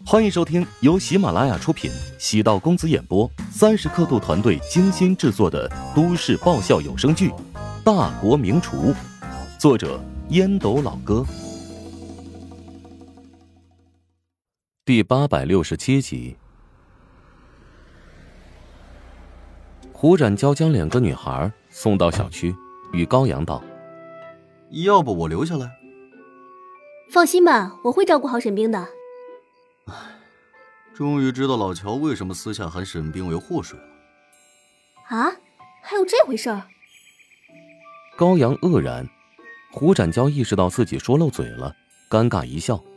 欢迎收听由喜马拉雅出品，喜道公子演播，30刻度团队精心制作的都市爆笑有声剧《大国名厨》，作者烟斗老哥，第867集。胡展娇将2个女孩送到小区，与高阳道：“ 要不我留下来？” 放心吧，我会照顾好沈冰的。 终于知道老乔为什么私下喊沈冰为祸水了。 啊，还有这回事儿？ 高阳愕然，胡展娇意识到自己说漏嘴了，尴尬一笑。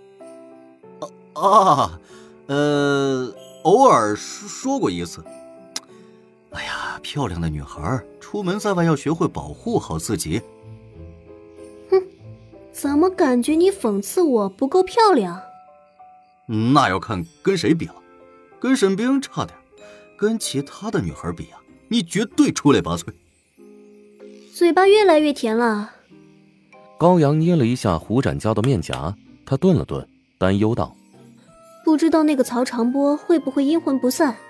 偶尔说过一次。哎呀，漂亮的女孩出门在外要学会保护好自己。 哼，怎么感觉你讽刺我不够漂亮？ 那要看跟谁比了，跟沈冰差点，跟其他的女孩比啊，你绝对出类拔萃。 嘴巴越来越甜了。 高阳捏了一下胡展娇的面颊，他顿了顿，担忧道：“ 不知道那个曹长波会不会阴魂不散？”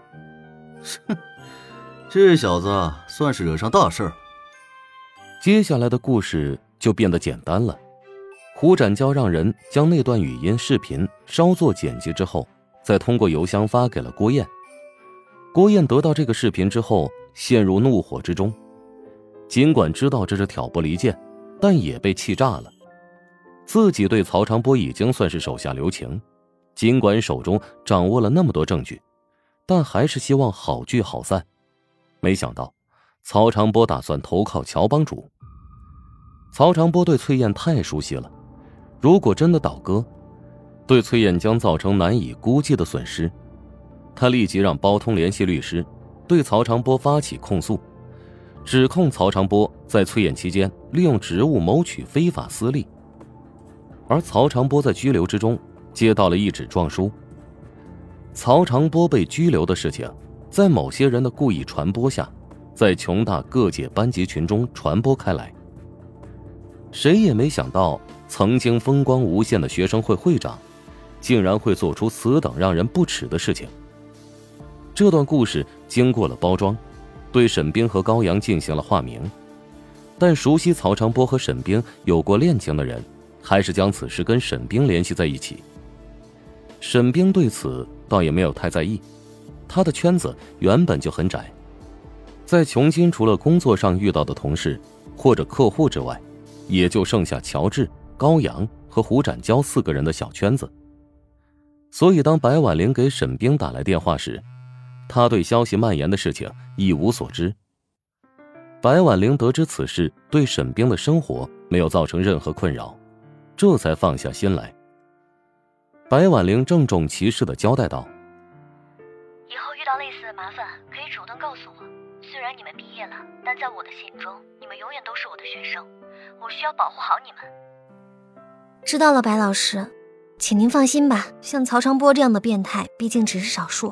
这小子算是惹上大事了。 接下来的故事就变得简单了。胡展娇让人将那段语音视频稍作剪辑之后，再通过邮箱发给了郭燕。郭燕得到这个视频之后，陷入怒火之中。尽管知道这是挑拨离间，但也被气炸了。自己对曹长波已经算是手下留情，尽管手中掌握了那么多证据，但还是希望好聚好散。没想到曹长波打算投靠乔帮主。曹长波对崔燕太熟悉了，如果真的倒戈，对崔燕将造成难以估计的损失。他立即让包通联系律师，对曹长波发起控诉，指控曹长波在崔燕期间利用职务谋取非法私利。而曹长波在拘留之中接到了一纸状书，曹长波被拘留的事情在某些人的故意传播下，在琼大各界班级群中传播开来。谁也没想到，曾经风光无限的学生会会长竟然会做出此等让人不齿的事情。这段故事经过了包装，对沈冰和高阳进行了化名，但熟悉曹长波和沈冰有过恋情的人还是将此事跟沈冰联系在一起。沈冰对此倒也没有太在意，他的圈子原本就很窄，在琼金除了工作上遇到的同事或者客户之外，也就剩下乔治、高阳和胡展娇4个人的小圈子。所以当白婉玲给沈冰打来电话时，他对消息蔓延的事情一无所知。白婉玲得知此事对沈冰的生活没有造成任何困扰，这才放下心来。白婉玲郑重其事地交代道：“ 以后遇到类似的麻烦可以主动告诉我，虽然你们毕业了，但在我的心中你们永远都是我的学生，我需要保护好你们。” 知道了，白老师，请您放心吧，像曹长波这样的变态毕竟只是少数。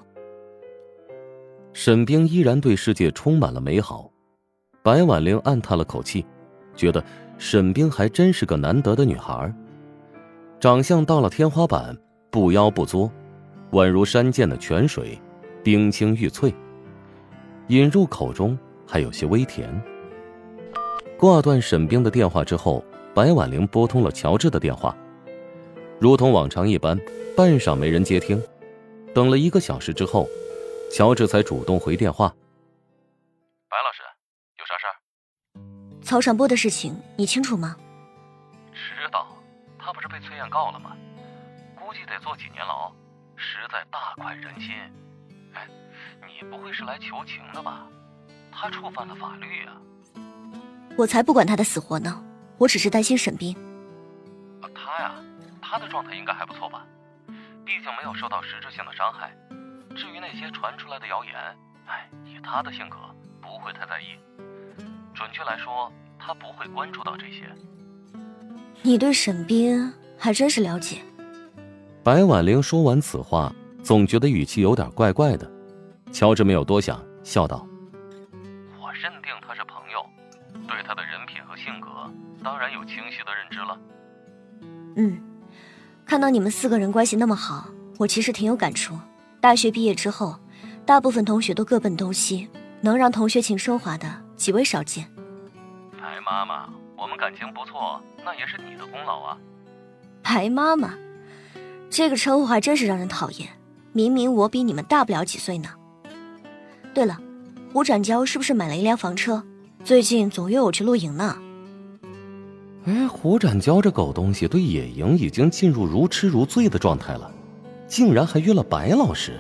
沈冰依然对世界充满了美好。白婉玲暗叹了口气，觉得沈冰还真是个难得的女孩，长相到了天花板，不妖不作，宛如山涧的泉水，冰清玉脆，饮入口中还有些微甜。挂断沈冰的电话之后，白婉玲拨通了乔治的电话，如同往常一般，半晌没人接听。等了1个小时之后，乔治才主动回电话：“ 白老师，有啥事儿？ 曹传波的事情你清楚吗？”“ 知道，他不是被崔燕告了吗？估计得坐几年牢，实在大快人心。哎，你不会是来求情的吧？他触犯了法律啊。”“ 我才不管他的死活呢，我只是担心沈冰。”“ 他呀，他的状态应该还不错吧？毕竟没有受到实质性的伤害。至于那些传出来的谣言，以他的性格不会太在意。准确来说，他不会关注到这些。”“ 你对沈冰还真是了解。” 白婉玲说完此话，总觉得语气有点怪怪的。乔治没有多想，笑道：“ 我认定他是朋友，对他的人品和性格当然有清晰的认知了。”“ 看到你们4个人关系那么好， 我其实挺有感触。大学毕业之后，大部分同学都各奔东西，能让同学情升华的极为少见。 白妈妈，我们感情不错，那也是你的功劳啊。 白妈妈，这个称呼还真是让人讨厌。明明我比你们大不了几岁呢。对了，胡展娇是不是买了一辆房车？最近总约我去露营呢。 胡展娇这狗东西对野营已经进入如痴如醉的状态了，竟然还约了白老师。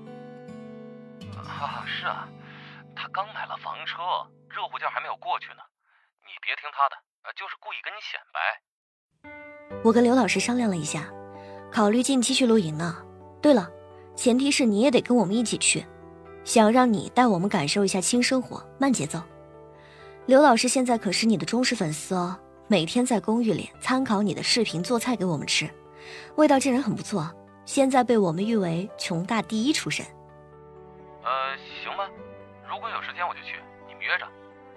是啊，他刚买了房车，热乎劲还没有过去呢。你别听他的，就是故意跟你显摆。 我跟刘老师商量了一下，考虑近期去露营呢。对了，前提是你也得跟我们一起去，想让你带我们感受一下轻生活、慢节奏。刘老师现在可是你的忠实粉丝哦，每天在公寓里参考你的视频做菜给我们吃，味道竟然很不错，现在被我们誉为琼大第一厨神。 行吧，如果有时间我就去，你们约着。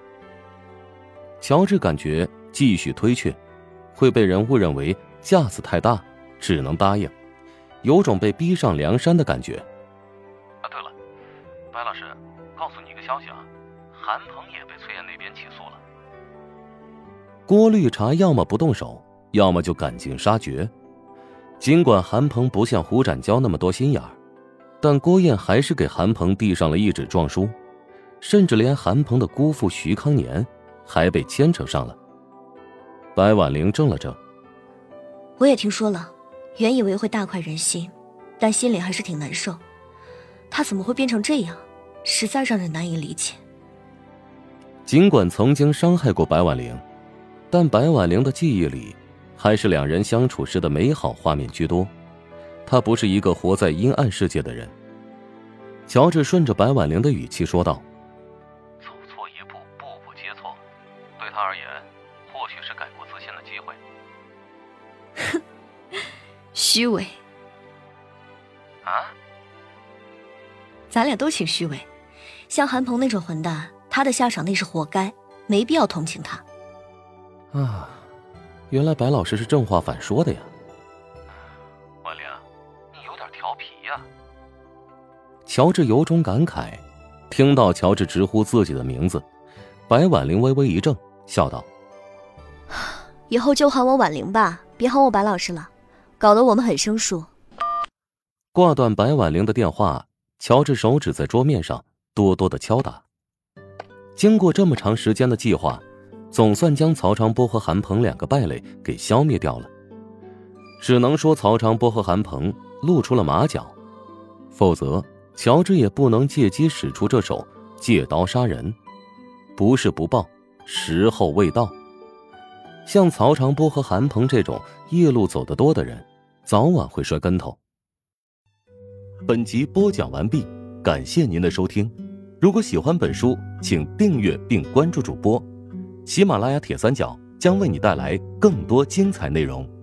乔治感觉继续推却会被人误认为架子太大，只能答应，有种被逼上梁山的感觉。 对了，白老师，告诉你一个消息啊，韩鹏也被崔燕那边起诉了。 郭绿茶要么不动手，要么就赶尽杀绝。尽管韩鹏不像胡展娇那么多心眼儿，但郭燕还是给韩鹏递上了一纸状书，甚至连韩鹏的姑父徐康年还被牵扯上了。白婉玲怔了怔， 我也听说了，原以为会大快人心，但心里还是挺难受。他怎么会变成这样，实在让人难以理解。 尽管曾经伤害过白婉玲，但白婉玲的记忆里还是两人相处时的美好画面居多，她不是一个活在阴暗世界的人。乔治顺着白婉玲的语气说道， 走错一步，步步皆错，对他而言或许是改过自新的机会。 哼，虚伪啊！ 咱俩都挺虚伪，像韩鹏那种混蛋，他的下场那是活该，没必要同情他。 原来白老师是正话反说的呀。 婉玲，你有点调皮呀。 乔治由衷感慨，听到乔治直呼自己的名字，白婉玲微微一怔，笑道， 以后就喊我婉玲吧，别喊我白老师了，搞得我们很生疏。 挂断白婉玲的电话，乔治手指在桌面上多多的敲打。经过这么长时间的计划，总算将曹长波和韩鹏两个败类给消灭掉了。只能说曹长波和韩鹏露出了马脚，否则乔治也不能借机使出这手借刀杀人。不是不报，时候未到。像曹长波和韩鹏这种夜路走得多的人，早晚会摔跟头。本集播讲完毕，感谢您的收听。如果喜欢本书，请订阅并关注主播。喜马拉雅铁三角将为你带来更多精彩内容。